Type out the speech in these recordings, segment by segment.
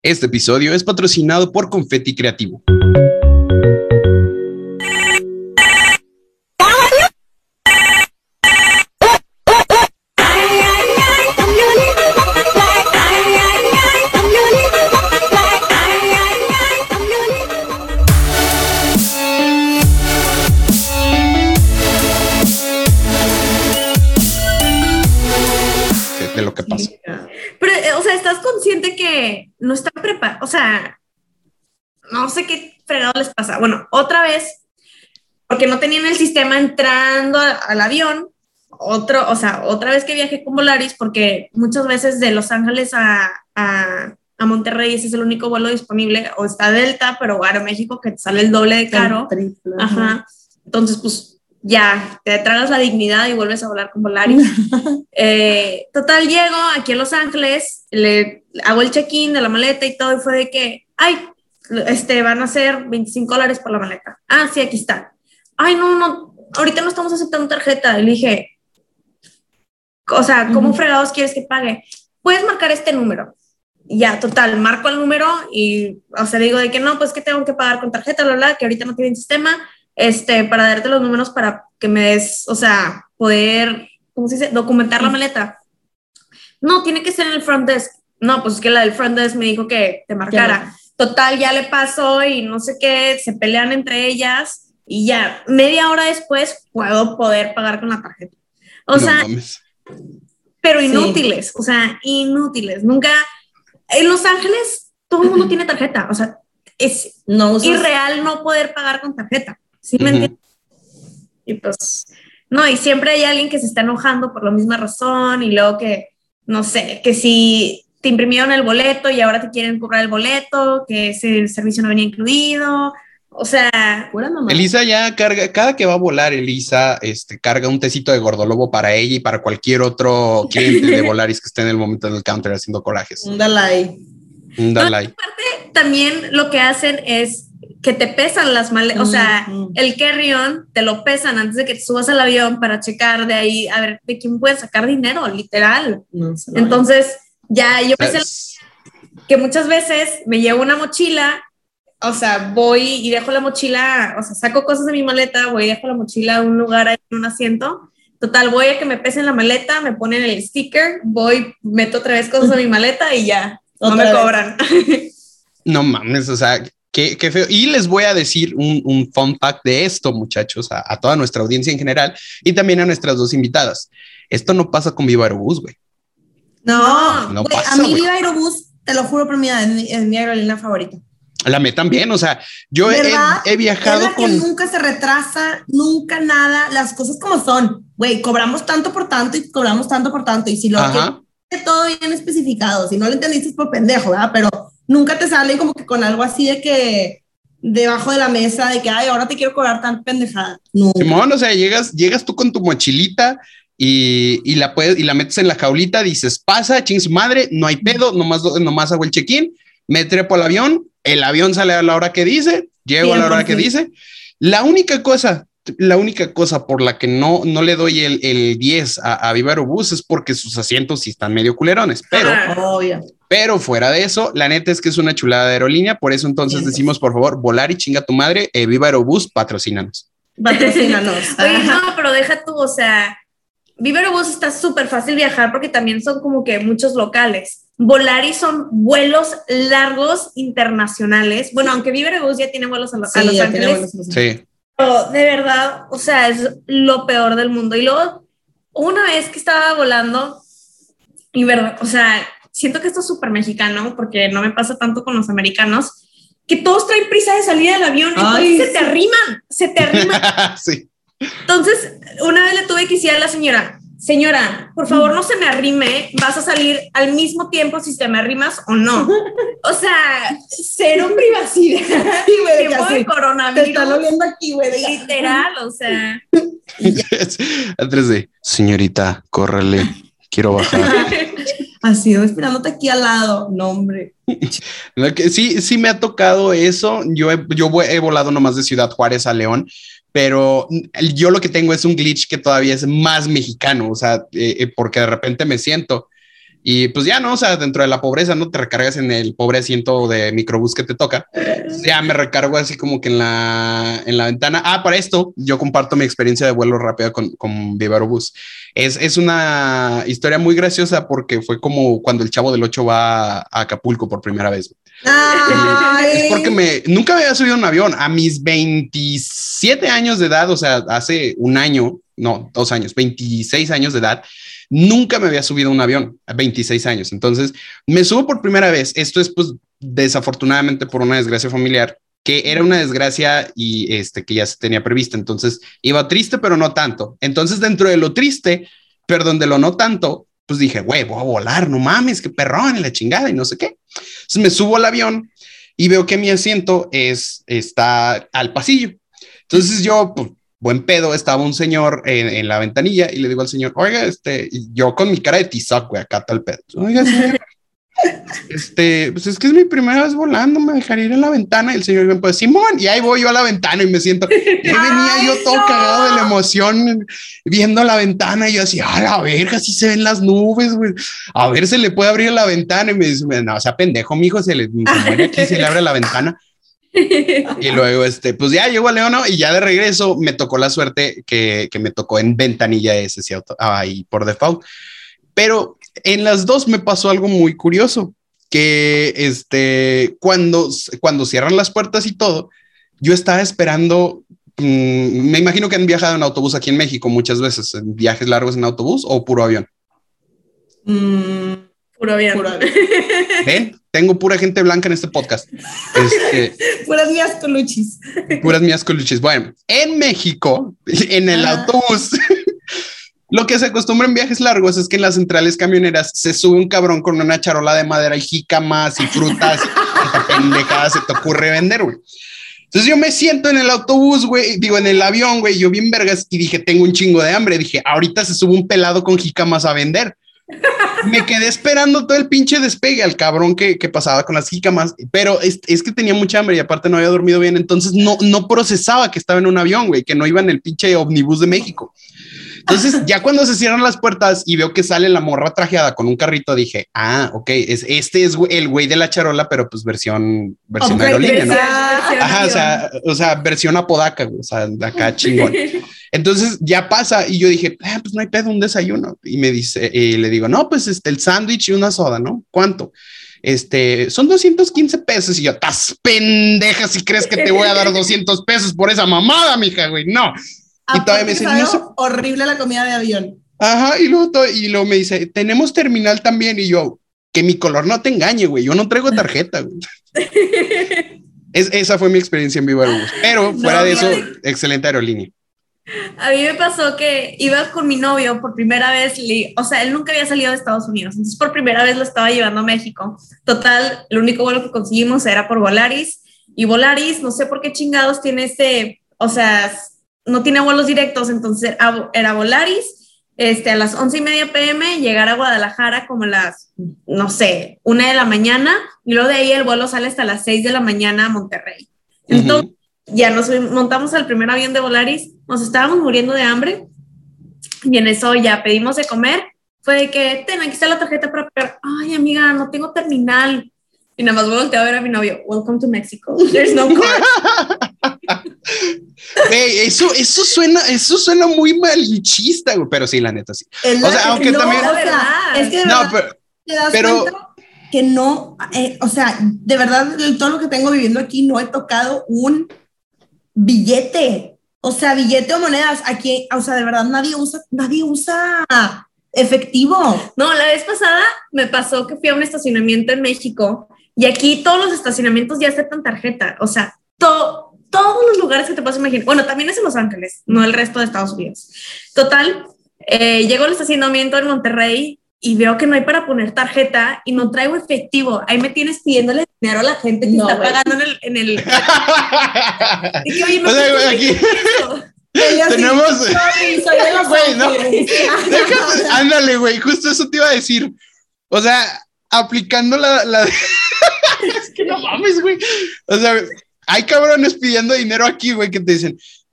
Este episodio es patrocinado por Confetti Creativo. De lo que pasa. Pero, o sea, ¿estás consciente que no están preparados? O sea, no sé qué fregado les pasa. Bueno, otra vez, porque no tenían el sistema entrando al avión. Otra vez que viajé con Volaris, porque muchas veces de Los Ángeles a Monterrey ese es el único vuelo disponible, o está Delta, pero Aeroméxico que te sale el doble de caro. Triple, ajá. Entonces, pues ya, te tragas la dignidad y vuelves a volar con Volaris. Total, llego aquí a Los Ángeles, le hago el check-in de la maleta y todo, y fue de que, van a ser $25 por la maleta. Ah, sí, aquí está. Ay, no, ahorita no estamos aceptando tarjeta. Y le dije, o sea, ¿cómo fregados quieres que pague? Puedes marcar este número. Y ya, total, marco el número y, o sea, digo de que no, pues que tengo que pagar con tarjeta, que ahorita no tienen sistema, para darte los números para que me des, o sea, poder, ¿cómo se dice? Documentar la maleta. No, tiene que ser en el front desk. No, pues es que la del front desk me dijo que te marcara. Total, ya le pasó y no sé qué, se pelean entre ellas y ya, media hora después puedo poder pagar con la tarjeta. O sea, mames. Pero inútiles, o sea, inútiles. Nunca, en Los Ángeles todo el mundo tiene tarjeta, o sea, es irreal no poder pagar con tarjeta. ¿Sí me entiendes? Y pues, no, y siempre hay alguien que se está enojando por la misma razón y luego que, no sé, que si te imprimieron el boleto y ahora te quieren cobrar el boleto, que ese servicio no venía incluido, o sea... Elisa ya carga, cada que va a volar, Elisa carga un tecito de gordolobo para ella y para cualquier otro cliente de Volaris que esté en el momento en el counter haciendo corajes. Un Dalai. Aparte, también lo que hacen es que te pesan las maletas, o sea, el carry-on te lo pesan antes de que te subas al avión para checar de ahí, a ver, de quién puedes sacar dinero, literal. Entonces, ya yo pensé que muchas veces me llevo una mochila, o sea, voy y dejo la mochila, o sea, saco cosas de mi maleta, voy y dejo la mochila a un lugar ahí en un asiento. Total, voy a que me pesen la maleta, me ponen el sticker, voy, meto otra vez cosas de mi maleta y ya, no me cobran. No mames, o sea... Qué feo. Y les voy a decir un fun fact de esto, muchachos, a toda nuestra audiencia en general y también a nuestras dos invitadas. Esto no pasa con Viva Aerobús, güey. No pasa, a mí wey. Viva Aerobús, te lo juro por mi edad, es mi aerolínea favorita. La me también, o sea, yo he viajado con... que nunca se retrasa, nunca nada, las cosas como son. Güey, cobramos tanto por tanto y cobramos tanto por tanto. Y si lo que todo bien especificado, si no lo entendiste es por pendejo, ¿verdad? Pero nunca te salen como que con algo así de que debajo de la mesa, de que, ay, ahora te quiero cobrar tan pendejada. No. Simón, o sea, llegas tú con tu mochilita y la metes en la jaulita, dices, pasa, ching su madre, no hay pedo, nomás hago el check-in, me trepo al avión, el avión sale a la hora que dice, llego a la hora que dice. La única cosa por la que no le doy el 10 a Viva Aerobús es porque sus asientos sí están medio culerones, pero fuera de eso, la neta es que es una chulada de aerolínea, por eso entonces decimos, por favor, volar y chinga tu madre, Viva Aerobús, patrocínanos. Oye, no, pero deja tú, o sea, Viva Aerobús está súper fácil viajar porque también son como que muchos locales. Volaris son vuelos largos internacionales. Bueno, aunque Viva Aerobús ya tiene vuelos a Los Ángeles. Sí. Pero de verdad, o sea, es lo peor del mundo. Y luego, una vez que estaba volando, y verdad, o sea, siento que esto es súper mexicano, porque no me pasa tanto con los americanos, que todos traen prisa de salir del avión, y se te arriman. Sí. Entonces, una vez le tuve que decir a la señora, por favor no se me arrime, vas a salir al mismo tiempo si te me arrimas o no. O sea, cero privacidad. Sí, güey, tiempo de coronavirus. Te están oliendo aquí, güey. Literal, o sea. Antes de, señorita, córrele, quiero bajar. Así, esperándote aquí al lado. No, hombre. Sí me ha tocado eso. Yo he volado nomás de Ciudad Juárez a León, pero yo lo que tengo es un glitch que todavía es más mexicano, o sea, porque de repente me siento Y pues ya no, o sea, dentro de la pobreza, no te recargas en el pobre asiento de microbús que te toca. Ya me recargo así como que en la ventana. Para esto, yo comparto mi experiencia de vuelo rápido con Viva Aerobús. Es una historia muy graciosa porque fue como cuando el Chavo del Ocho va a Acapulco por primera vez. Es porque nunca me había subido a un avión. A mis 27 años de edad, o sea, hace un año, no, 2 años, 26 años de edad, nunca me había subido a un avión a 26 años. Entonces me subo por primera vez. Esto es pues desafortunadamente por una desgracia familiar, que era una desgracia y que ya se tenía prevista. Entonces iba triste, pero no tanto. Entonces dentro de lo triste, perdón, de lo no tanto, pues dije, güey, voy a volar, no mames, qué perrón y la chingada y no sé qué. Entonces me subo al avión y veo que mi asiento está al pasillo. Entonces yo, pues, buen pedo, estaba un señor en la ventanilla y le digo al señor, oiga, yo con mi cara de tizoc, güey, acá tal pedo. Oiga, señor, pues es que es mi primera vez volando, me dejaría ir en la ventana. Y el señor me pues Simón, y ahí voy yo a la ventana y me siento, y venía yo todo cagado de la emoción viendo la ventana y yo así, a la verga, así se ven las nubes, güey, a ver, se le puede abrir la ventana. Y me dice, no, o sea, pendejo, mijo, se muere aquí, se le abre la ventana. Y luego, pues ya llegó a León, ¿no? Y ya de regreso me tocó la suerte que me tocó en ventanilla ese auto, ahí por default. Pero en las dos me pasó algo muy curioso, que cuando cierran las puertas y todo, yo estaba esperando, me imagino que han viajado en autobús aquí en México muchas veces, en viajes largos en autobús o puro avión. Puro avión. ¿Ven? Tengo pura gente blanca en este podcast. Puras mías coluchis. Puras mías coluchis. Bueno, en México, en el autobús, lo que se acostumbra en viajes largos es que en las centrales camioneras se sube un cabrón con una charola de madera y jícamas y frutas. Esta pendejada se te ocurre vender, güey. Entonces yo me siento en el autobús, güey, digo, en el avión, güey, yo bien vergas y dije, tengo un chingo de hambre. Dije, ahorita se sube un pelado con jícamas a vender. Me quedé esperando todo el pinche despegue al cabrón que pasaba con las jícamas, pero es que tenía mucha hambre y aparte no había dormido bien, entonces no procesaba que estaba en un avión, güey, que no iba en el pinche ómnibus de México. Entonces ya cuando se cierran las puertas y veo que sale la morra trajeada con un carrito, dije, ok, es el güey de la charola, pero pues versión aerolínea, ¿no? Ajá, o sea, versión Apodaca, güey, o sea, de acá chingón. Entonces ya pasa y yo dije, pues no hay pedo, un desayuno. Y me dice, le digo, no, pues el sándwich y una soda, ¿no? ¿Cuánto? Son 215 pesos. Y yo, estás pendeja si crees que te voy a dar 200 pesos por esa mamada, mija, güey, no. Y todavía me dice, horrible la comida de avión. Ajá, y luego me dice, tenemos terminal también. Y yo, que mi color no te engañe, güey, yo no traigo tarjeta, güey. Esa fue mi experiencia en Viva Aerobús. Pero fuera de eso, excelente aerolínea. A mí me pasó que iba con mi novio por primera vez, o sea, él nunca había salido de Estados Unidos, entonces por primera vez lo estaba llevando a México. Total, el único vuelo que conseguimos era por Volaris, y Volaris, no sé por qué chingados tiene o sea, no tiene vuelos directos, entonces era Volaris, a las 11:30 p.m., llegar a Guadalajara como a las, no sé, 1 de la mañana, y luego de ahí el vuelo sale hasta las 6 de la mañana a Monterrey. Entonces, ya nos montamos al primer avión de Volaris, nos estábamos muriendo de hambre y en eso ya pedimos de comer. Fue de que, aquí está la tarjeta para pagar. Ay, amiga, no tengo terminal. Y nada más volteé a ver a mi novio. Welcome to Mexico. There's no card. Hey, eso suena muy malinchista, güey, pero sí, la neta, sí. O sea, aunque no, también... O sea, es que de verdad, te das cuenta que no, o sea, de verdad, todo lo que tengo viviendo aquí no he tocado un billete, o sea, billete o monedas aquí, o sea, de verdad nadie usa efectivo. No, la vez pasada me pasó que fui a un estacionamiento en México y aquí todos los estacionamientos ya aceptan tarjeta, o sea, todos los lugares que te puedas imaginar. Bueno, también es en Los Ángeles, no el resto de Estados Unidos. Total, llego al estacionamiento en Monterrey y veo que no hay para poner tarjeta y no traigo efectivo. Ahí me tienes pidiéndole dinero a la gente que está pagando en el... Y que, oye, no, o sea, aquí... Tenemos... Güey, no. Ándale, güey, justo eso te iba a decir. O sea, aplicando la... Es que no mames, güey. O sea, hay cabrones pidiendo dinero aquí, güey, que te dicen,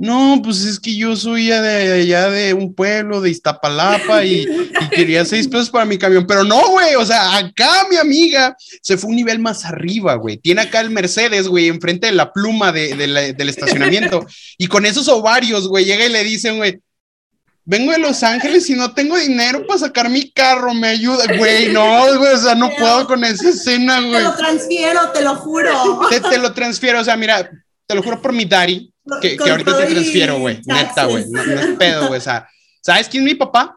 no, pues es que yo soy de allá de un pueblo de Iztapalapa y quería 6 pesos para mi camión, pero no, güey, o sea, acá mi amiga se fue un nivel más arriba, güey, tiene acá el Mercedes, güey, enfrente de la pluma del estacionamiento, y con esos ovarios, güey, llega y le dicen, güey, vengo de Los Ángeles y no tengo dinero para sacar mi carro, me ayuda, güey, no, güey, o sea, no puedo con esa escena, güey. Te lo transfiero, te lo juro. Te lo transfiero, o sea, mira, te lo juro por mi daddy, que ahorita te transfiero, güey, neta, güey, no es pedo, güey, o sea, ¿sabes quién es mi papá?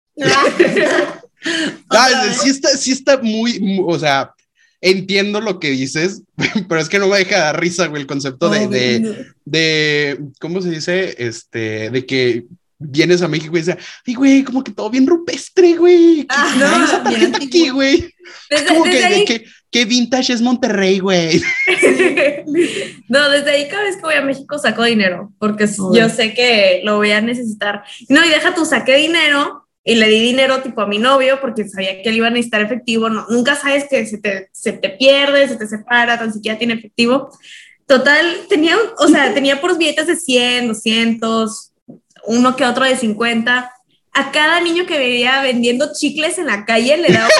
Sí está muy, o sea, entiendo lo que dices, pero es que no me deja dar risa, güey, el concepto de ¿cómo se dice? De que vienes a México y dices, ay, güey, como que todo bien rupestre, güey. No, esa tarjeta aquí, güey. Como que vintage es Monterrey, güey. No, desde ahí cada vez que voy a México saco dinero, porque yo sé que lo voy a necesitar. No, y deja tú, saqué dinero y le di dinero tipo a mi novio porque sabía que él iba a necesitar efectivo. No, nunca sabes que se te pierde, se te separa, tan siquiera tiene efectivo. Total, tenía puros billetes de 100, 200, uno que otro de 50. A cada niño que veía vendiendo chicles en la calle le daba...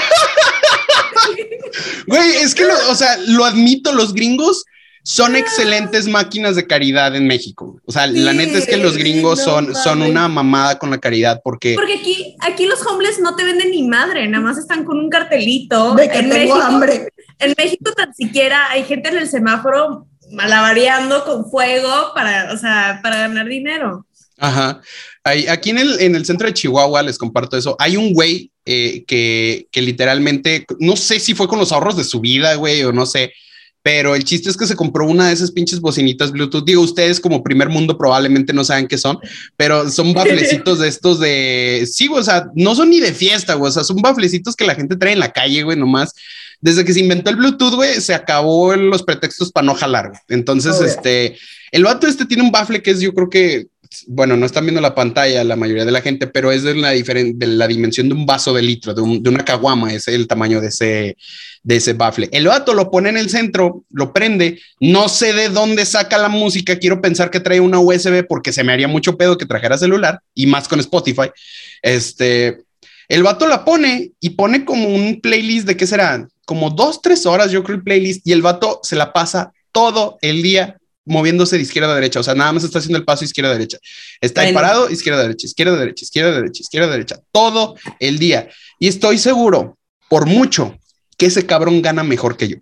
Güey, es que, lo admito, los gringos son excelentes máquinas de caridad en México. O sea, sí, la neta es que los gringos son una mamada con la caridad porque aquí los homeless no te venden ni madre, nada más están con un cartelito. De que tengo hambre. En México tan siquiera hay gente en el semáforo malabareando con fuego para ganar dinero. Ajá. Aquí en el centro de Chihuahua, les comparto eso, hay un güey que literalmente, no sé si fue con los ahorros de su vida, güey, o no sé, pero el chiste es que se compró una de esas pinches bocinitas Bluetooth. Digo, ustedes como primer mundo probablemente no saben qué son, pero son baflecitos de estos de... Sí, güey, o sea, no son ni de fiesta, güey, o sea, son baflecitos que la gente trae en la calle, güey, nomás. Desde que se inventó el Bluetooth, güey, se acabó los pretextos para no jalar, güey. Entonces, el vato tiene un bafle que es, yo creo que, bueno, no están viendo la pantalla la mayoría de la gente, pero es de la dimensión de un vaso de litro, de una caguama, es el tamaño de ese bafle. El vato lo pone en el centro, lo prende, no sé de dónde saca la música, quiero pensar que trae una USB porque se me haría mucho pedo que trajera celular, y más con Spotify. El vato la pone y pone como un playlist de, ¿qué será? Como 2-3 horas, yo creo, el playlist, y el vato se la pasa todo el día moviéndose de izquierda a derecha, o sea, nada más está haciendo el paso izquierda a derecha, está ahí parado, izquierda a derecha, izquierda a derecha, izquierda a derecha, izquierda a derecha, todo el día, y estoy seguro, por mucho, que ese cabrón gana mejor que yo.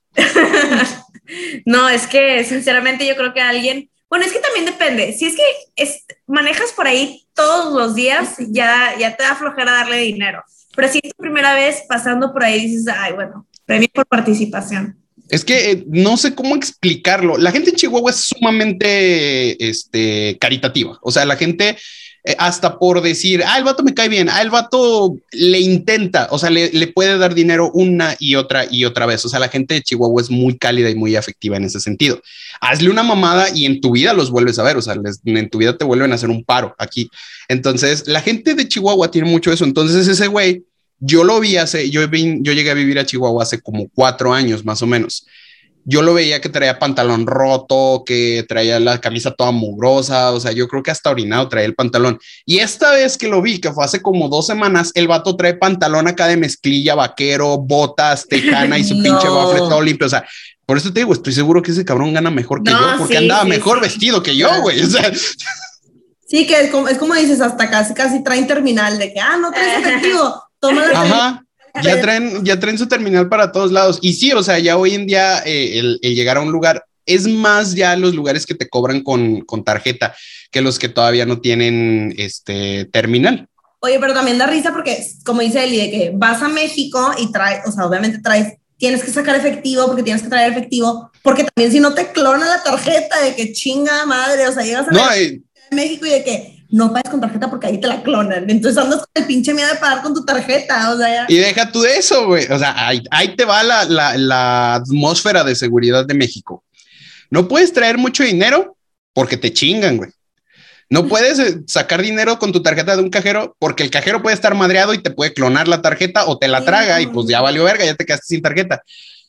No, es que sinceramente yo creo que alguien, bueno, es que también depende, si es que manejas por ahí todos los días, ya te da flojera darle dinero, pero si es tu primera vez pasando por ahí, dices, ay, bueno, premio por participación. Es que no sé cómo explicarlo. La gente en Chihuahua es sumamente caritativa. O sea, la gente hasta por decir, el vato me cae bien, el vato le intenta, o sea, le puede dar dinero una y otra vez. O sea, la gente de Chihuahua es muy cálida y muy afectiva en ese sentido. Hazle una mamada y en tu vida los vuelves a ver. O sea, en tu vida te vuelven a hacer un paro aquí. Entonces, la gente de Chihuahua tiene mucho eso. Entonces, ese güey, yo lo vi yo llegué a vivir a Chihuahua hace como 4 años más o menos. Yo lo veía que traía pantalón roto, que traía la camisa toda mugrosa, o sea, yo creo que hasta orinado traía el pantalón. Y esta vez que lo vi, que fue hace como 2 semanas, el vato trae pantalón acá de mezclilla, vaquero, botas, tejana y su pinche bafle todo limpio, o sea, por eso te digo, estoy seguro que ese cabrón gana mejor que yo, porque andaba mejor vestido que yo, güey, o sea... Sí, que es como dices, hasta casi traen terminal de que, no traes efectivo. Ajá, ya traen su terminal para todos lados. Y sí, o sea, ya hoy en día el llegar a un lugar es más ya los lugares que te cobran con tarjeta que los que todavía no tienen terminal. Oye, pero también da risa porque, como dice Eli, de que vas a México y traes, o sea, obviamente tienes que sacar efectivo porque tienes que traer efectivo, porque también si no te clona la tarjeta de que chinga madre, o sea, llegas a México y de que no pagues con tarjeta porque ahí te la clonan. Entonces andas con el pinche miedo de pagar con tu tarjeta, o sea, ya. Y deja tú de eso, güey. O sea, ahí te va la atmósfera de seguridad de México. No puedes traer mucho dinero porque te chingan, güey. No puedes sacar dinero con tu tarjeta de un cajero porque el cajero puede estar madreado y te puede clonar la tarjeta o te la traga y pues ya valió verga, ya te quedaste sin tarjeta.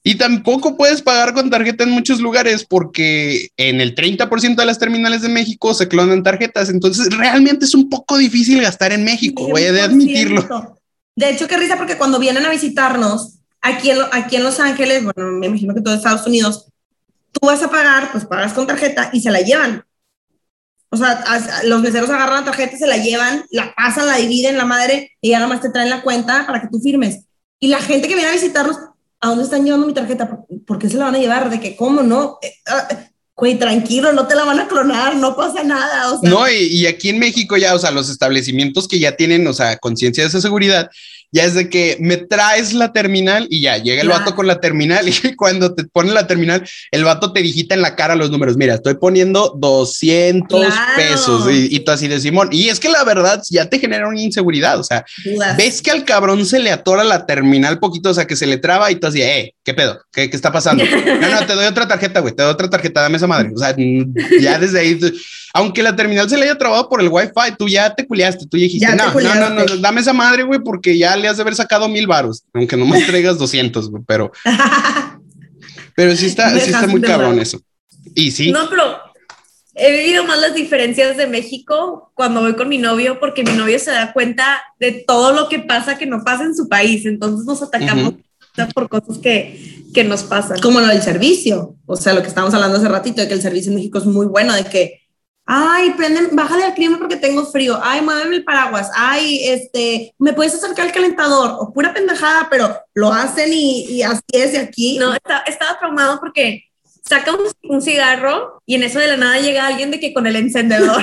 Y tampoco puedes pagar con tarjeta en muchos lugares porque en el 30% de las terminales de México se clonan tarjetas. Entonces realmente es un poco difícil gastar en México, voy a admitirlo. De hecho, qué risa, porque cuando vienen a visitarnos aquí en Los Ángeles, bueno, me imagino que todo Estados Unidos, tú vas a pagar, pues pagas con tarjeta y se la llevan. O sea, los meseros agarran la tarjeta, se la llevan, la pasan, la dividen, la madre, y ya nada más te traen la cuenta para que tú firmes. Y la gente que viene a visitarnos, ¿a dónde están llevando mi tarjeta? ¿Por qué se la van a llevar? ¿De qué? ¿Cómo no? Güey, tranquilo, no te la van a clonar, no pasa nada. O sea, no, y aquí en México ya, o sea, los establecimientos que ya tienen, o sea, conciencia de esa seguridad, ya es de que me traes la terminal y ya llega el vato con la terminal y cuando te pone la terminal, el vato te digita en la cara los números. Mira, estoy poniendo 200 pesos y tú así de Simón. Y es que la verdad ya te genera una inseguridad. O sea, ves que al cabrón se le atora la terminal poquito, o sea, que se le traba y tú así, ¿qué pedo? ¿Qué está pasando? No, te doy otra tarjeta, güey, te doy otra tarjeta, dame esa madre. O sea, ya desde ahí, aunque la terminal se le haya trabado por el Wi-Fi, tú ya te culiaste, tú dijiste, no, dame esa madre, güey, porque ya le has de haber sacado 1,000 varos, aunque nomás traigas 200, güey, pero sí está muy cabrón eso. Y sí. No, pero he vivido más las diferencias de México cuando voy con mi novio, porque mi novio se da cuenta de todo lo que pasa que no pasa en su país, entonces nos atacamos por cosas que nos pasan. Como lo del servicio, o sea, lo que estábamos hablando hace ratito, de que el servicio en México es muy bueno, de que ay, bájale al clima porque tengo frío. Ay, muéveme el paraguas. Ay, ¿me puedes acercar al calentador? O pura pendejada, pero lo hacen y así es de aquí. No, estaba traumado porque saca un cigarro y en eso de la nada llega alguien de que con el encendedor.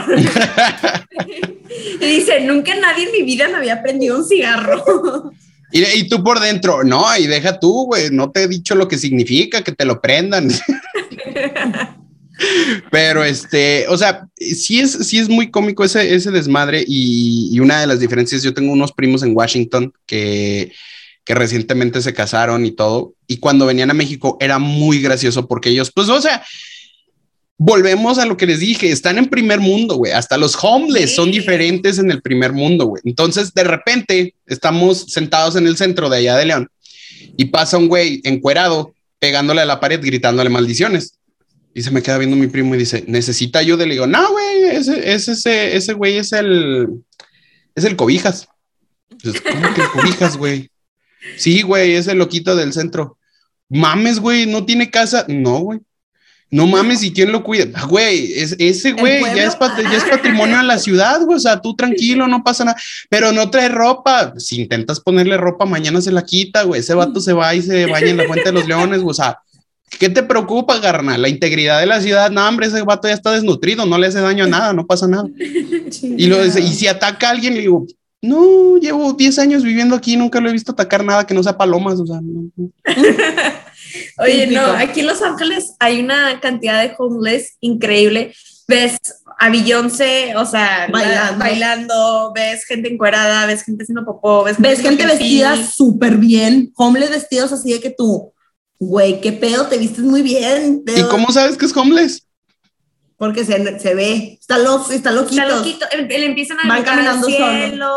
Y dice, nunca nadie en mi vida me había prendido un cigarro. Y tú por dentro, no, y deja tú, güey, no te he dicho lo que significa que te lo prendan. Pero o sea, sí es muy cómico ese desmadre y una de las diferencias, yo tengo unos primos en Washington que recientemente se casaron y todo, y cuando venían a México era muy gracioso porque ellos, pues, o sea, volvemos a lo que les dije, están en primer mundo, güey, hasta los homeless son diferentes en el primer mundo, güey. Entonces, de repente, estamos sentados en el centro de allá de León y pasa un güey encuerado pegándole a la pared, gritándole maldiciones. Y se me queda viendo mi primo y dice, ¿necesita ayuda? Y le digo, no, güey, ese güey es el Cobijas. Entonces, ¿cómo que el Cobijas, güey? Sí, güey, es el loquito del centro. Mames, güey, ¿no tiene casa? No, güey. No mames, ¿y quién lo cuida? Güey, ese güey ya es patrimonio de la ciudad, güey. O sea, tú tranquilo, no pasa nada. Pero no trae ropa. Si intentas ponerle ropa, mañana se la quita, güey. Ese vato se va y se baña en la Fuente de los Leones, güey. O sea, ¿qué te preocupa, carnal? La integridad de la ciudad. No, hombre, ese vato ya está desnutrido, no le hace daño a nada, no pasa nada. Y si ataca a alguien, le digo, no, llevo 10 años viviendo aquí, nunca lo he visto atacar nada que no sea palomas, o sea, no. Oye, no, aquí en Los Ángeles hay una cantidad de homeless increíble. Ves a Beyoncé, o sea, bailando, ves gente encuerada, ves gente haciendo popó, ves gente vestida súper bien, homeless vestidos así de que tú, güey, qué pedo, te vistes muy bien. ¿Y cómo sabes que es homeless? Porque se ve, está loquito. Está loquito, le empiezan a van caminando cielo.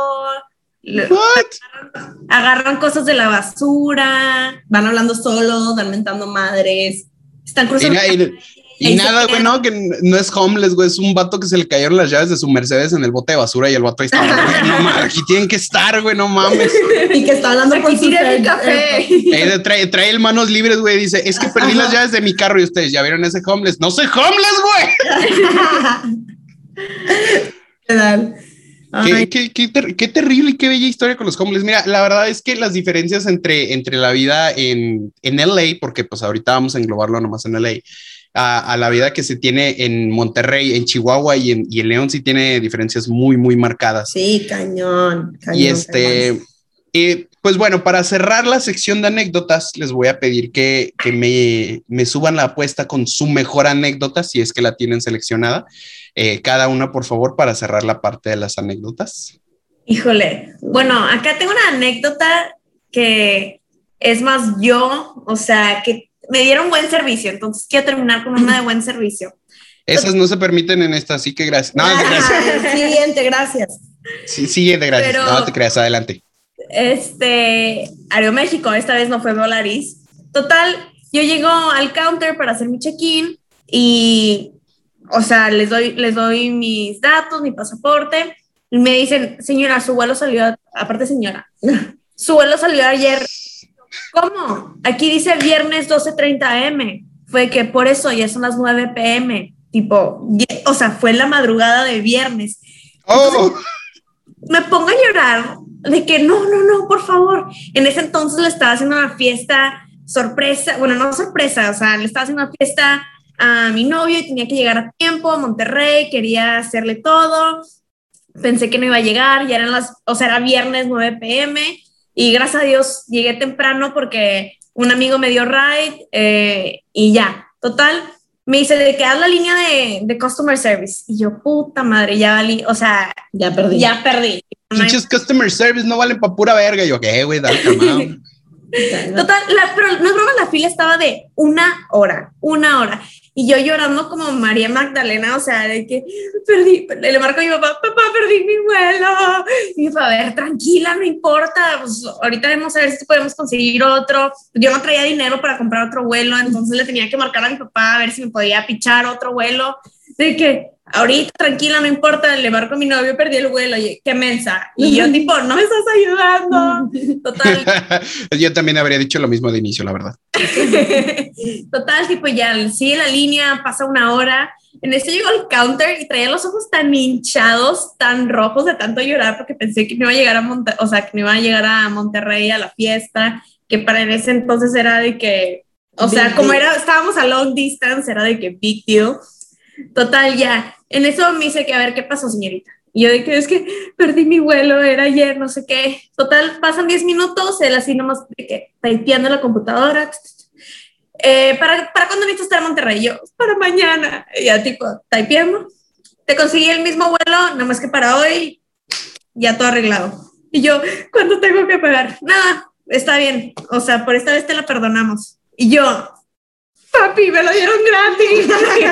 Agarran cosas de la basura, van hablando solos, van mentando madres, están cruzando. Y nada, güey, no, que no es homeless, güey, es un vato que se le cayeron las llaves de su Mercedes en el bote de basura y el vato ahí está, güey, no mames, aquí tienen que estar, güey, no mames. Y que está hablando con su café. Trae el manos libres, güey, dice, es que perdí las llaves de mi carro y ustedes ya vieron ese homeless. No soy homeless, güey. Qué terrible y qué bella historia con los homeless. Mira, la verdad es que las diferencias entre la vida en LA, porque pues ahorita vamos a englobarlo nomás en LA, a la vida que se tiene en Monterrey, en Chihuahua y en León, sí tiene diferencias muy, muy marcadas. Sí, cañón. Y pues bueno, para cerrar la sección de anécdotas, les voy a pedir que me suban la apuesta con su mejor anécdota, si es que la tienen seleccionada. Cada una, por favor, para cerrar la parte de las anécdotas. Híjole, bueno, acá tengo una anécdota que es más yo, o sea, que me dieron buen servicio, entonces quiero terminar con una de buen servicio. Esas no se permiten en esta, así que gracias. No, gracias. Siguiente, gracias. Sí, siguiente, gracias. Pero, no te creas, adelante. Aeroméxico, esta vez no fue Volaris. Total, yo llego al counter para hacer mi check-in y, o sea, les doy mis datos, mi pasaporte, y me dicen, señora, su vuelo salió, aparte señora, su vuelo salió ayer. ¿Cómo? Aquí dice viernes 12:30 AM. Fue que por eso ya son las 9 PM. Tipo, o sea, fue la madrugada de viernes. Entonces, me pongo a llorar de que no, por favor. En ese entonces le estaba haciendo una fiesta sorpresa, bueno, no sorpresa, o sea, le estaba haciendo una fiesta a mi novio y tenía que llegar a tiempo a Monterrey, quería hacerle todo. Pensé que no iba a llegar, ya eran era viernes 9 PM. Y gracias a Dios llegué temprano porque un amigo me dio ride y ya. Total, me dice de que haz la línea de customer service. Y yo, puta madre, ya valí, o sea, ya perdí. Pinches customer service no valen pa' pura verga. Yo, ¿qué, güey? Dale, calmado. Total, pero no es broma, la fila estaba de 1 hora. Y yo llorando como María Magdalena, o sea, de que perdí, le marco a mi papá, perdí mi vuelo. Y mi papá, a ver, tranquila, no importa, pues ahorita vamos a ver si podemos conseguir otro. Yo no traía dinero para comprar otro vuelo, entonces le tenía que marcar a mi papá a ver si me podía pichar otro vuelo. De que ahorita, tranquila, no importa, le marco a mi novio, perdí el vuelo, oye, qué mensa. Y yo tipo, no me estás ayudando. Total. Yo también habría dicho lo mismo de inicio, la verdad. Total, tipo ya sigue la línea, pasa 1 hora. En ese llegó al counter y traía los ojos tan hinchados, tan rojos de tanto llorar porque pensé que no iba a llegar que no iba a llegar a Monterrey a la fiesta, que para ese entonces era de que, o sea, como estábamos a long distance, era de que big deal. Total, ya. En eso me dice que, a ver, ¿qué pasó, señorita? Y yo de que es que perdí mi vuelo, era ayer, no sé qué. Total, pasan 10 minutos, él así nomás de que typeando la computadora. ¿Para cuándo necesitas estar en Monterrey? Yo, para mañana. Y ya tipo, typeando. Te conseguí el mismo vuelo, nada más que para hoy, ya todo arreglado. Y yo, ¿cuánto tengo que pagar? Nada, está bien. O sea, por esta vez te la perdonamos. Y yo, papi, me lo dieron gratis.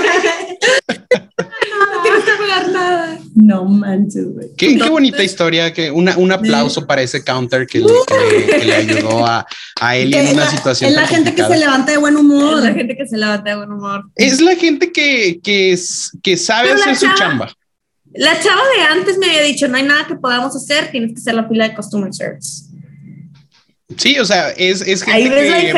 No tienes que pagar nada. No manches, güey. Qué bonita historia. Un aplauso para ese counter que le ayudó a él en una situación. Es la gente que se levanta de buen humor. Es la gente que se levanta de buen humor. Es la gente que sabe hacer su chamba. La chava de antes me había dicho, no hay nada que podamos hacer, tienes que hacer la fila de customer service. Sí, o sea, es gente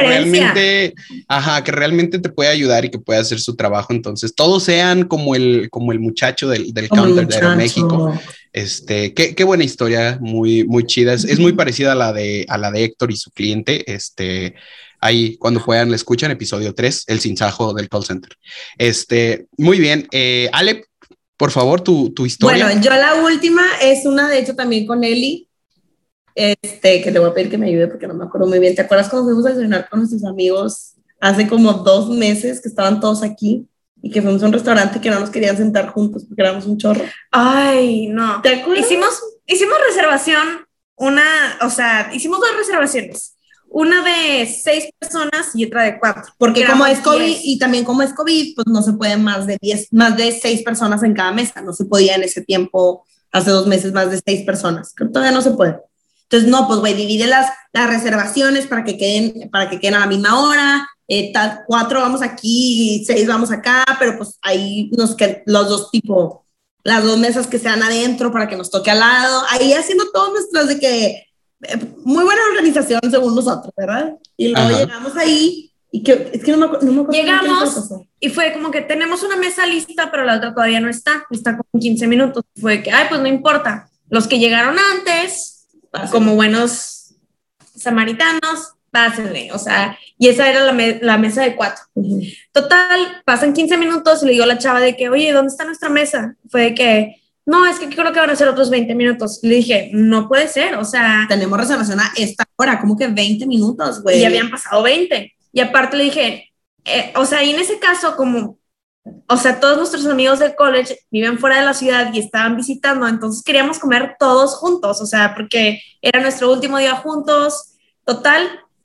que realmente te puede ayudar y que puede hacer su trabajo. Entonces, todos sean como el muchacho del counter de Aeroméxico. Qué buena historia, muy, muy chida. Es muy parecida a la de Héctor y su cliente. Ahí, cuando puedan, le escuchan, episodio 3, el sinsajo del call center. Muy bien. Ale, por favor, tu historia. Bueno, yo la última es una, de hecho, también con Eli. Que le voy a pedir que me ayude porque no me acuerdo muy bien. ¿Te acuerdas cuando fuimos a cenar con nuestros amigos hace como 2 meses que estaban todos aquí y que fuimos a un restaurante que no nos querían sentar juntos porque éramos un chorro? Ay, no. ¿Te acuerdas? Hicimos reservación, hicimos 2 reservaciones. Una de 6 personas y otra de 4. Porque como es COVID 10. Y también como es COVID, pues no se pueden más de 6 personas en cada mesa. No se podía en ese tiempo, hace 2 meses, más de 6 personas. Creo que todavía no se puede. Entonces, no, pues, güey, divide las reservaciones para que queden a la misma hora, 4 vamos aquí y 6 vamos acá, pero pues ahí los dos tipo, las 2 mesas que sean adentro para que nos toque al lado, ahí haciendo todos nuestros de que, muy buena organización según nosotros, ¿verdad? Y luego llegamos ahí y es que no me acuerdo. Llegamos y fue como que tenemos una mesa lista, pero la otra todavía no está como 15 minutos. Fue que, pues no importa, los que llegaron antes... Pásenle. Como buenos samaritanos, pásenle, o sea, y esa era la mesa de 4. Uh-huh. Total, pasan 15 minutos y le digo a la chava de que, oye, ¿dónde está nuestra mesa? Fue de que, no, es que creo que van a ser otros 20 minutos. Le dije, no puede ser, o sea... Tenemos reservación a esta hora, como que 20 minutos, güey. Y habían pasado 20. Y aparte le dije, y en ese caso, como... O sea, todos nuestros amigos del college viven fuera de la ciudad y estaban visitando, entonces queríamos comer todos juntos, o sea, porque era nuestro último día juntos. Total,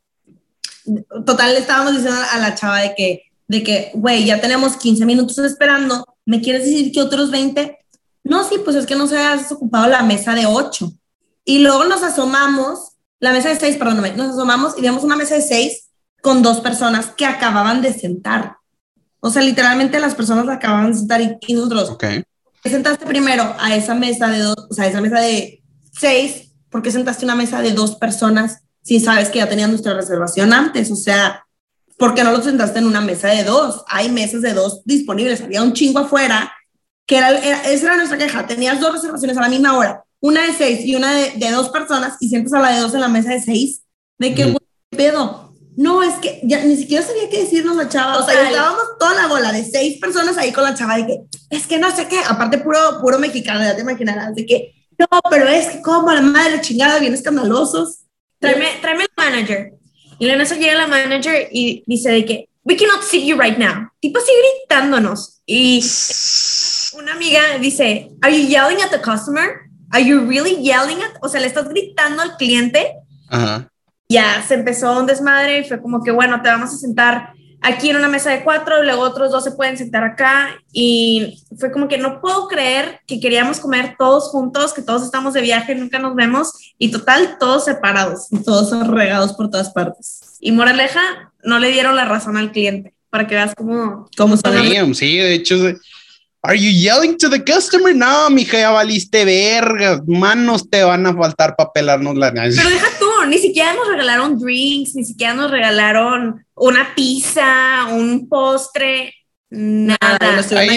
le estábamos diciendo a la chava de que, güey, ya tenemos 15 minutos esperando, ¿me quieres decir que otros 20? No, sí, pues es que no se ha desocupado la mesa de 8. Y luego nos asomamos, la mesa de 6, perdóname, nos asomamos y vemos una mesa de 6 con 2 personas que acababan de sentar. O sea, literalmente las personas acababan de sentar y nosotros. Okay. ¿Por qué sentaste primero a esa mesa de 2, o sea, esa mesa de 6? ¿Por qué sentaste una mesa de 2 personas si sabes que ya tenían nuestra reservación antes? O sea, ¿por qué no lo sentaste en una mesa de 2? Hay mesas de 2 disponibles. Había un chingo afuera que esa era nuestra queja. Tenías 2 reservaciones a la misma hora, una de 6 y una de 2 personas, y sientas a la de 2 en la mesa de 6. ¿De qué pedo? No, es que ya ni siquiera sabía qué decirnos la chava. O sea, estábamos toda la bola de 6 personas ahí con la chava de que, es que no sé qué, aparte puro mexicano, ya te imaginarás, de que, no, pero es que como la madre chingada, bien escandalosos. Tráeme la manager. Y luego en eso llega la manager y dice de que, we cannot see you right now. Tipo así gritándonos. Y una amiga dice, are you yelling at the customer? Are you really yelling at, o sea, le estás gritando al cliente. Ajá. Ya se empezó un desmadre y fue como que, bueno, te vamos a sentar aquí en una mesa de 4 y luego otros 2 se pueden sentar acá. Y fue como que no puedo creer que queríamos comer todos juntos, que todos estamos de viaje, nunca nos vemos, y total, todos separados. Todos son regados por todas partes. Y moraleja, no le dieron la razón al cliente, para que veas cómo son. Sí, de hecho, are you yelling to the customer? No, mija, ya valiste verga. Manos te van a faltar para pelarnos la nariz. Pero deja tú, ni siquiera nos regalaron drinks, ni siquiera nos regalaron una pizza, un postre, nada. Ahí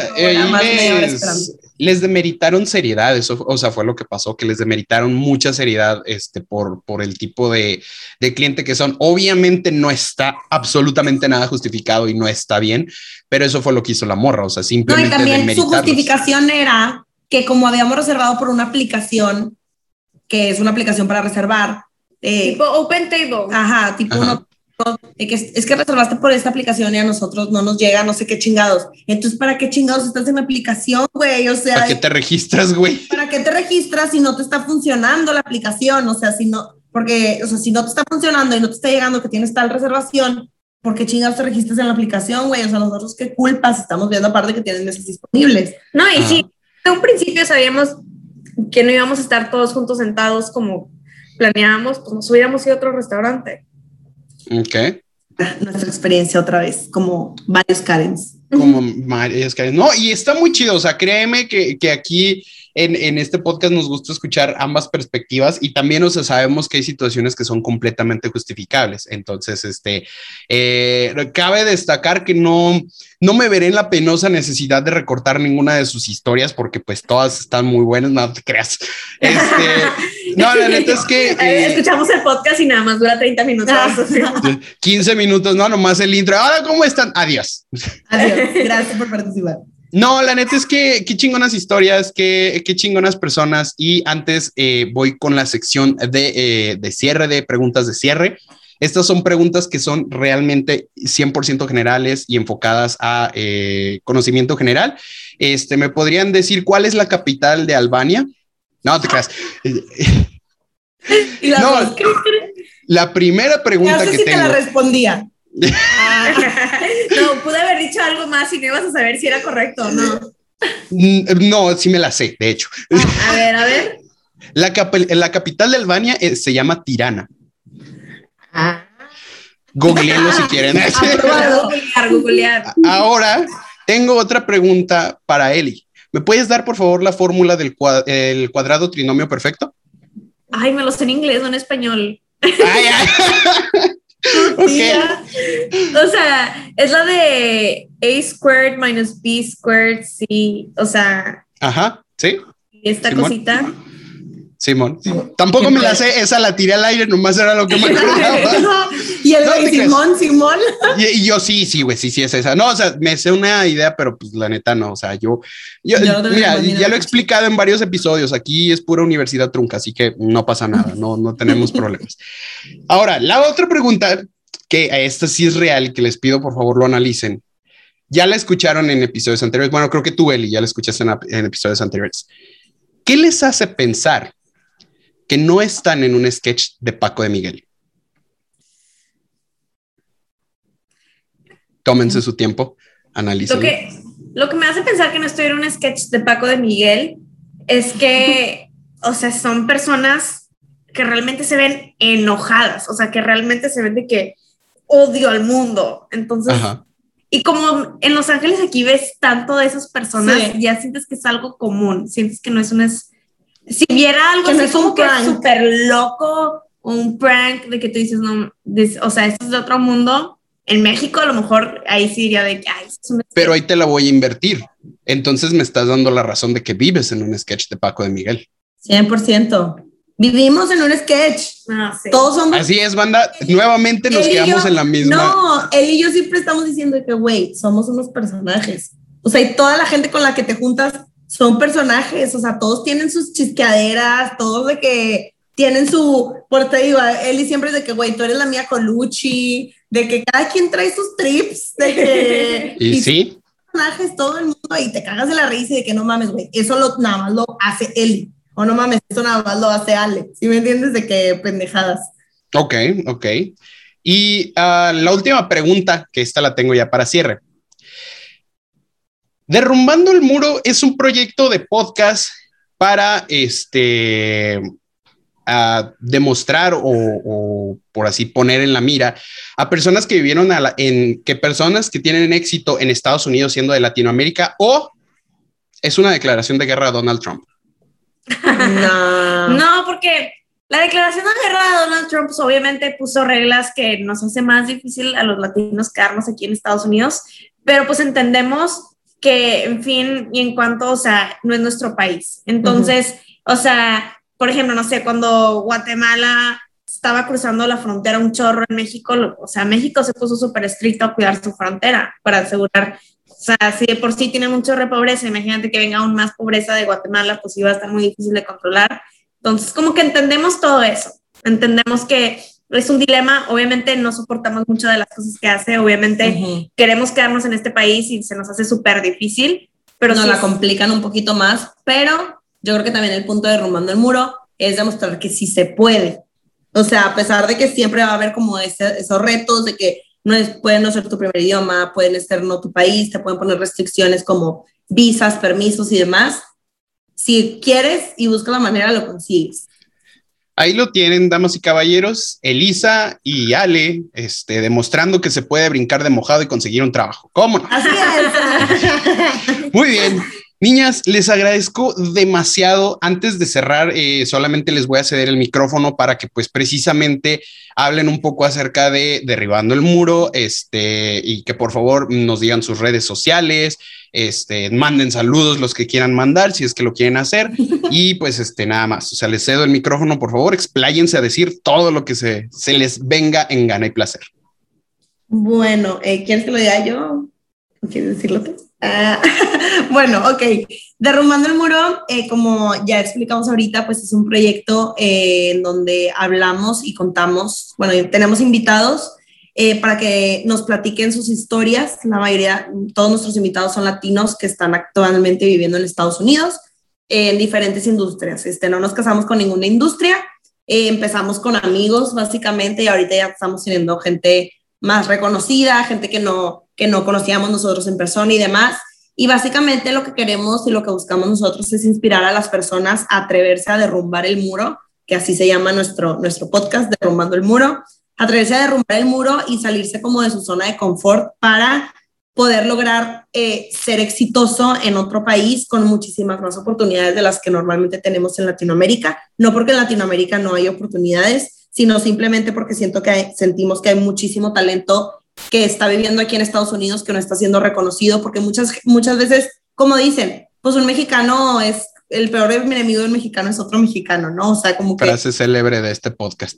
les demeritaron seriedad, eso, o sea, fue lo que pasó, que les demeritaron mucha seriedad por el tipo de cliente que son. Obviamente no está absolutamente nada justificado y no está bien, pero eso fue lo que hizo la morra, o sea, simplemente no, y también su justificación era que como habíamos reservado por una aplicación, que es una aplicación para reservar, tipo Open Table. Ajá, tipo uno. Es que reservaste por esta aplicación y a nosotros no nos llega no sé qué chingados. Entonces, ¿para qué chingados estás en la aplicación, güey? O sea, ¿para qué te registras, güey? ¿Para qué te registras si no te está funcionando la aplicación? O sea, si no, porque, o sea, si no te está funcionando y no te está llegando que tienes tal reservación, ¿por qué chingados te registras en la aplicación, güey? O sea, nosotros qué culpas estamos viendo aparte que tienen mesas disponibles. No, y sí, de un principio sabíamos que no íbamos a estar todos juntos sentados como planeábamos, pues nos hubiéramos ido a otro restaurante. Ok. Nuestra experiencia otra vez, como varios Karens. Como varios Karens. No, y está muy chido, o sea, créeme que aquí en este podcast nos gusta escuchar ambas perspectivas y también, o sea, sabemos que hay situaciones que son completamente justificables. Entonces, cabe destacar que no me veré en la penosa necesidad de recortar ninguna de sus historias porque pues todas están muy buenas, no te creas. No, la neta es que... escuchamos el podcast y nada más dura 30 minutos. 15 minutos, no, nomás el intro. Ahora, ¿cómo están? Adiós. Adiós, gracias por participar. No, la neta es que qué chingonas historias, qué chingonas personas. Y antes voy con la sección de cierre, de preguntas de cierre. Estas son preguntas que son realmente 100% generales y enfocadas a conocimiento general. ¿Me podrían decir cuál es la capital de Albania? No te creas. No, la primera pregunta que tengo. Te la respondía. No, pude haber dicho algo más y no ibas a saber si era correcto o no. No, sí me la sé, de hecho. A ver. La capital de Albania se llama Tirana. Googleenlo si quieren. Googlear. Ahora tengo otra pregunta para Eli. ¿Me puedes dar, por favor, la fórmula del cuadrado trinomio perfecto? Ay, me lo sé en inglés, no en español. Ay. Okay. O sea, es la de A squared minus B squared, sí, o sea. Ajá, sí. Esta Simón. cosita. Simón. Tampoco me la sé, esa la tiré al aire, nomás era lo que me acordaba. Y el no, Simón. Y yo sí, güey, sí es esa. No, o sea, me sé una idea, pero pues la neta no, o sea, yo mira, ya lo he explicado en varios episodios, aquí es pura universidad trunca, así que no pasa nada, no tenemos problemas. Ahora, la otra pregunta, que esta sí es real, que les pido por favor lo analicen. Ya la escucharon en episodios anteriores, bueno, creo que tú, Eli, ya la escuchaste en episodios anteriores. ¿Qué les hace pensar que no están en un sketch de Paco de Miguel? Tómense su tiempo, analicen. Lo que me hace pensar que no estoy en un sketch de Paco de Miguel es que, o sea, son personas que realmente se ven enojadas, o sea, que realmente se ven de que, odio al mundo. Entonces, Ajá. y como en Los Ángeles aquí ves tanto de esas personas, Sí. ya sientes que es algo común, sientes que no es una... Si viera algo Que no así es un como que prank. súper loco, o un prank de que tú dices, no, o sea, esto es de otro mundo, en México a lo mejor ahí sí diría de que, ay, es un Pero ahí te la voy a invertir. Entonces me estás dando la razón de que vives en un sketch de Paco de Miguel. 100%. Vivimos en un sketch. No sé. Todos somos... Así es, banda. Nuevamente nos Él y quedamos yo- en la misma. No, él y yo siempre estamos diciendo que, güey, somos unos personajes. O sea, y toda la gente con la que te juntas son personajes. O sea, todos tienen sus chisqueaderas, todos de que tienen su... Por te digo, él y siempre es de que, güey, tú eres la mía Colucci, de que cada quien trae sus trips, de que... Y sí, personajes, todo el mundo, y te cagas de la risa y de que no mames, güey, eso nada más lo hace Eli. O no mames, eso nada más lo hace Ale. ¿Sí me entiendes? De que pendejadas. ok. Y la última pregunta, que esta la tengo ya para cierre. Derrumbando el Muro es un proyecto de podcast para demostrar o por así poner en la mira a personas que vivieron personas que tienen éxito en Estados Unidos siendo de Latinoamérica, o es una declaración de guerra a Donald Trump. No, porque la declaración de guerra de Donald Trump pues, obviamente puso reglas que nos hace más difícil a los latinos quedarnos aquí en Estados Unidos, pero pues entendemos que, en fin, y en cuanto, o sea, no es nuestro país. Entonces, o sea, por ejemplo, no sé, cuando Guatemala estaba cruzando la frontera un chorro en México, o sea, México se puso súper estricto a cuidar su frontera para asegurar, o sea, si de por sí tiene un chorro de pobreza, imagínate que venga aún más pobreza de Guatemala, pues iba a estar muy difícil de controlar. Entonces, como que entendemos todo eso, entendemos que es un dilema, obviamente no soportamos mucho de las cosas que hace, obviamente queremos quedarnos en este país y se nos hace súper difícil, pero nos sí la complican un poquito más, pero yo creo que también el punto de Derrumbando el Muro es demostrar que sí se puede. O sea, a pesar de que siempre va a haber como esos retos de que pueden no ser tu primer idioma, pueden ser no tu país, te pueden poner restricciones como visas, permisos y demás. Si quieres y buscas la manera, lo consigues. Ahí lo tienen, damas y caballeros, Elisa y Ale, demostrando que se puede brincar de mojado y conseguir un trabajo. ¿Cómo no? Así es. Muy bien. Niñas, les agradezco demasiado. Antes de cerrar, solamente les voy a ceder el micrófono para que pues precisamente hablen un poco acerca de Derribando el Muro, y que por favor nos digan sus redes sociales, manden saludos los que quieran mandar, si es que lo quieren hacer, y pues nada más. O sea, les cedo el micrófono, por favor, expláyense a decir todo lo que se les venga en gana y placer. Bueno, ¿quieres que lo diga yo? ¿Quieres decirlo tú? Bueno, ok. Derrumbando el Muro, como ya explicamos ahorita, pues es un proyecto en donde hablamos y contamos, bueno, tenemos invitados para que nos platiquen sus historias. La mayoría, todos nuestros invitados son latinos que están actualmente viviendo en Estados Unidos en diferentes industrias. No nos casamos con ninguna industria, empezamos con amigos básicamente y ahorita ya estamos teniendo gente más reconocida, gente que no conocíamos nosotros en persona y demás. Y básicamente lo que queremos y lo que buscamos nosotros es inspirar a las personas a atreverse a derrumbar el muro, que así se llama nuestro podcast, Derrumbando el Muro, atreverse a derrumbar el muro y salirse como de su zona de confort para poder lograr ser exitoso en otro país con muchísimas más oportunidades de las que normalmente tenemos en Latinoamérica. No porque en Latinoamérica no hay oportunidades, sino simplemente porque sentimos que hay muchísimo talento que está viviendo aquí en Estados Unidos que no está siendo reconocido, porque muchas veces, como dicen, pues un mexicano es el peor enemigo del mexicano es otro mexicano, ¿no? O sea, como que... Frase célebre de este podcast.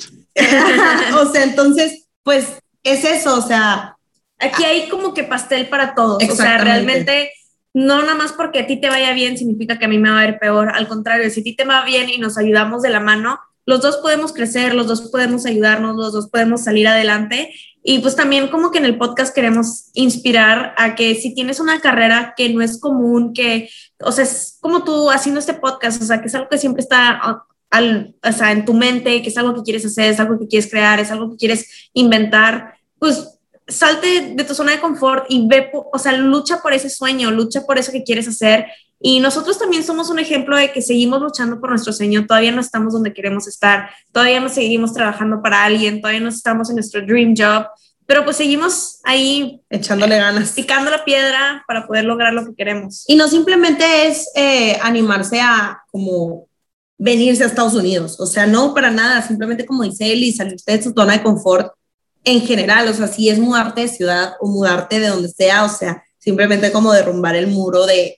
O sea, entonces, pues es eso, o sea... Aquí hay como que pastel para todos, o sea, realmente no nada más porque a ti te vaya bien significa que a mí me va a ir peor, al contrario, si a ti te va bien y nos ayudamos de la mano, los dos podemos crecer, los dos podemos ayudarnos, los dos podemos salir adelante. Y pues también como que en el podcast queremos inspirar a que si tienes una carrera que no es común, que, o sea, es como tú haciendo este podcast, o sea, que es algo que siempre está o sea, en tu mente, que es algo que quieres hacer, es algo que quieres crear, es algo que quieres inventar, pues salte de tu zona de confort y ve, o sea, lucha por ese sueño, lucha por eso que quieres hacer. Y nosotros también somos un ejemplo de que seguimos luchando por nuestro sueño, todavía no estamos donde queremos estar, todavía no seguimos trabajando para alguien, todavía no estamos en nuestro dream job, Pero pues seguimos ahí echándole ganas, picando la piedra para poder lograr lo que queremos. Y no simplemente es animarse a como venirse a Estados Unidos, o sea, no para nada, simplemente como dice Eli, salirte de tu zona de confort en general, o sea, si es mudarte de ciudad o mudarte de donde sea, o sea, simplemente como derrumbar el muro de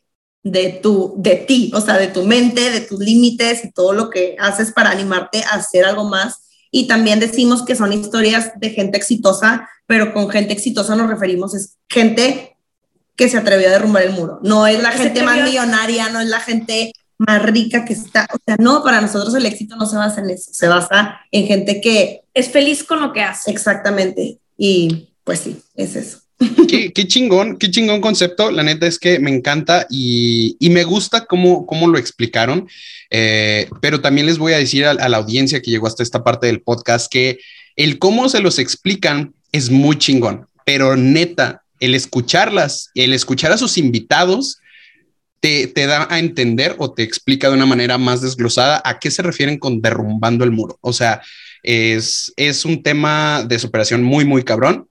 ti, o sea, de tu mente, de tus límites y todo lo que haces para animarte a hacer algo más. Y también decimos que son historias de gente exitosa, pero con gente exitosa nos referimos, es gente que se atrevió a derrumbar el muro. No es la gente más millonaria, no es la gente más rica que está, o sea, no, para nosotros el éxito no se basa en eso, se basa en gente que es feliz con lo que hace. Exactamente, y pues sí, es eso. Qué chingón concepto, la neta es que me encanta y me gusta cómo lo explicaron, pero también les voy a decir a la audiencia que llegó hasta esta parte del podcast que el cómo se los explican es muy chingón, pero neta, el escuchar a sus invitados te da a entender o te explica de una manera más desglosada a qué se refieren con derrumbando el muro. O sea, es un tema de superación muy, muy cabrón.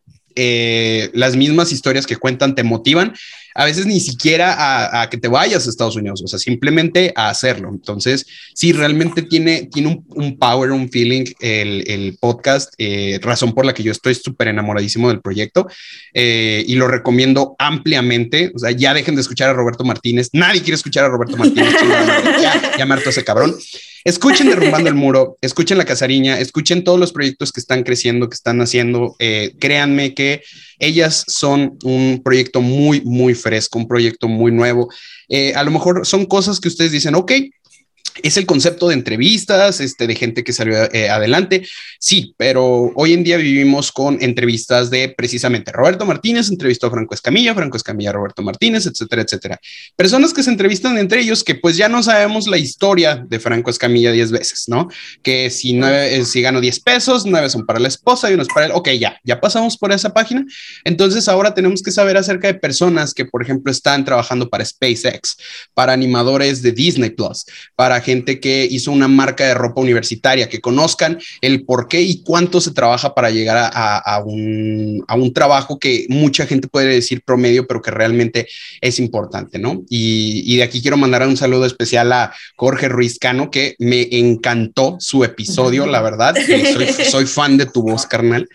Las mismas historias que cuentan te motivan, a veces ni siquiera a que te vayas a Estados Unidos, o sea, simplemente a hacerlo. Entonces, sí, realmente tiene un power, un feeling el podcast, razón por la que yo estoy súper enamoradísimo del proyecto y lo recomiendo ampliamente. O sea, ya dejen de escuchar a Roberto Martínez, nadie quiere escuchar a Roberto Martínez, ya me hartó ese cabrón. Escuchen Derrumbando el Muro, escuchen La Casariña, escuchen todos los proyectos que están creciendo, que están haciendo. Créanme que ellas son un proyecto muy, muy fresco, un proyecto muy nuevo. A lo mejor son cosas que ustedes dicen, ok, es el concepto de entrevistas, de gente que salió adelante. Sí, pero hoy en día vivimos con entrevistas de precisamente Roberto Martínez entrevistó a Franco Escamilla a Roberto Martínez, etcétera, etcétera. Personas que se entrevistan entre ellos que pues ya no sabemos la historia de Franco Escamilla 10 veces, ¿no? Que si gano 10 pesos, 9 son para la esposa y uno es para él. Ok, ya pasamos por esa página. Entonces ahora tenemos que saber acerca de personas que, por ejemplo, están trabajando para SpaceX, para animadores de Disney Plus, para gente que hizo una marca de ropa universitaria, que conozcan el por qué y cuánto se trabaja para llegar a un trabajo que mucha gente puede decir promedio, pero que realmente es importante, ¿no? Y de aquí quiero mandar un saludo especial a Jorge Ruiz Cano, que me encantó su episodio, la verdad. Soy fan de tu voz, carnal.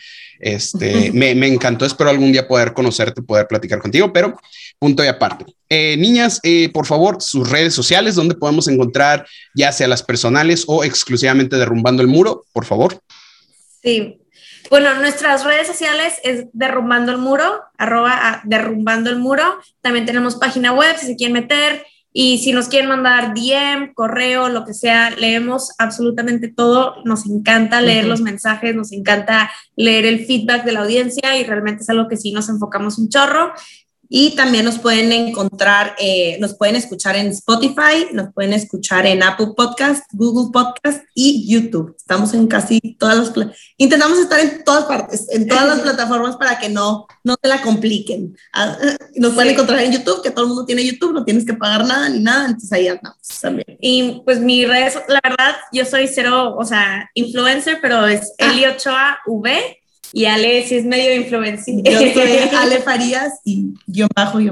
Me encantó, espero algún día poder conocerte, poder platicar contigo, pero punto y aparte. Niñas, por favor, sus redes sociales, donde podemos encontrar ya sea las personales o exclusivamente Derrumbando el Muro, por favor. Sí, bueno, nuestras redes sociales es Derrumbando el Muro, @Derrumbando el Muro. También tenemos página web si se quieren meter. Y si nos quieren mandar DM, correo, lo que sea, leemos absolutamente todo. Nos encanta leer los mensajes, nos encanta leer el feedback de la audiencia y realmente es algo que sí nos enfocamos un chorro. Y también nos pueden encontrar, nos pueden escuchar en Spotify, nos pueden escuchar en Apple Podcast, Google Podcast y YouTube. Estamos en casi todas las intentamos estar en todas partes, en todas las plataformas para que no te la compliquen. Nos pueden encontrar en YouTube, que todo el mundo tiene YouTube, no tienes que pagar nada ni nada, entonces ahí andamos también. Y pues mi redes, la verdad, yo soy cero, o sea, influencer, pero es Eli Ochoa V. Y Ale sí es medio influencer. Yo soy Ale Farías y ____.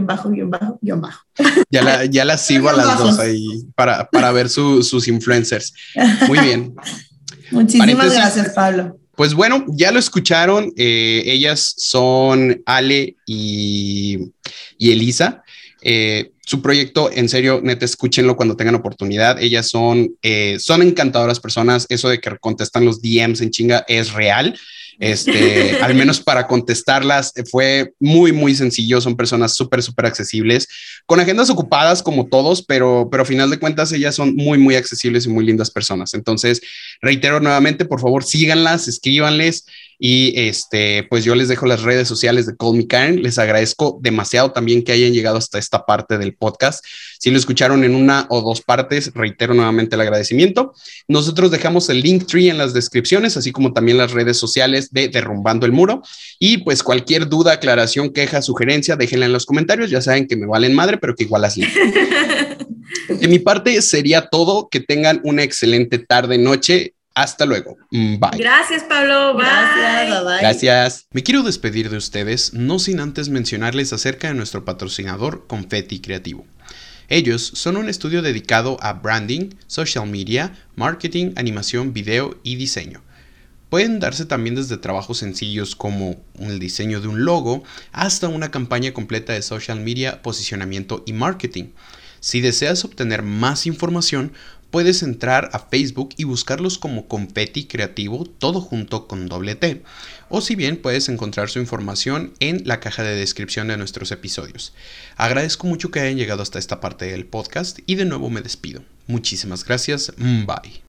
Ya la sigo a las dos ahí para ver sus influencers. Muy bien. Muchísimas gracias, Pablo. Pues bueno, ya lo escucharon. Ellas son Ale y Elisa. Su proyecto, en serio, neta, escúchenlo cuando tengan oportunidad. Ellas son encantadoras personas. Eso de que contestan los DMs en chinga es real. Al menos para contestarlas fue muy, muy sencillo. Son personas súper, súper accesibles, con agendas ocupadas como todos, pero a final de cuentas ellas son muy, muy accesibles y muy lindas personas. Entonces, reitero nuevamente, por favor, síganlas, escríbanles y pues yo les dejo las redes sociales de Call Me Karen. Les agradezco demasiado también que hayan llegado hasta esta parte del podcast. Si lo escucharon en una o dos partes, reitero nuevamente el agradecimiento. Nosotros dejamos el Linktree en las descripciones, así como también las redes sociales de Derrumbando el Muro. Y pues cualquier duda, aclaración, queja, sugerencia, déjenla en los comentarios. Ya saben que me valen madre, pero que igual las leo. De mi parte sería todo. Que tengan una excelente tarde, noche. Hasta luego. Bye. Gracias, Pablo. Bye. Gracias, bye. Gracias. Me quiero despedir de ustedes, no sin antes mencionarles acerca de nuestro patrocinador Confetti Creativo. Ellos son un estudio dedicado a branding, social media, marketing, animación, video y diseño. Pueden darse también desde trabajos sencillos como el diseño de un logo hasta una campaña completa de social media, posicionamiento y marketing. Si deseas obtener más información, puedes entrar a Facebook y buscarlos como Confetti Creativo, todo junto con T. O si bien puedes encontrar su información en la caja de descripción de nuestros episodios. Agradezco mucho que hayan llegado hasta esta parte del podcast y de nuevo me despido. Muchísimas gracias. Bye.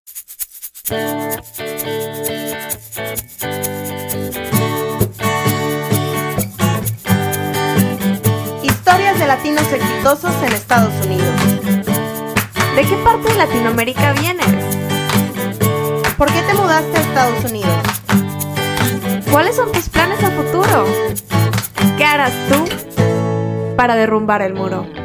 Historias de latinos exitosos en Estados Unidos. ¿De qué parte de Latinoamérica vienes? ¿Por qué te mudaste a Estados Unidos? ¿Cuáles son tus planes a futuro? ¿Qué harás tú para derrumbar el muro?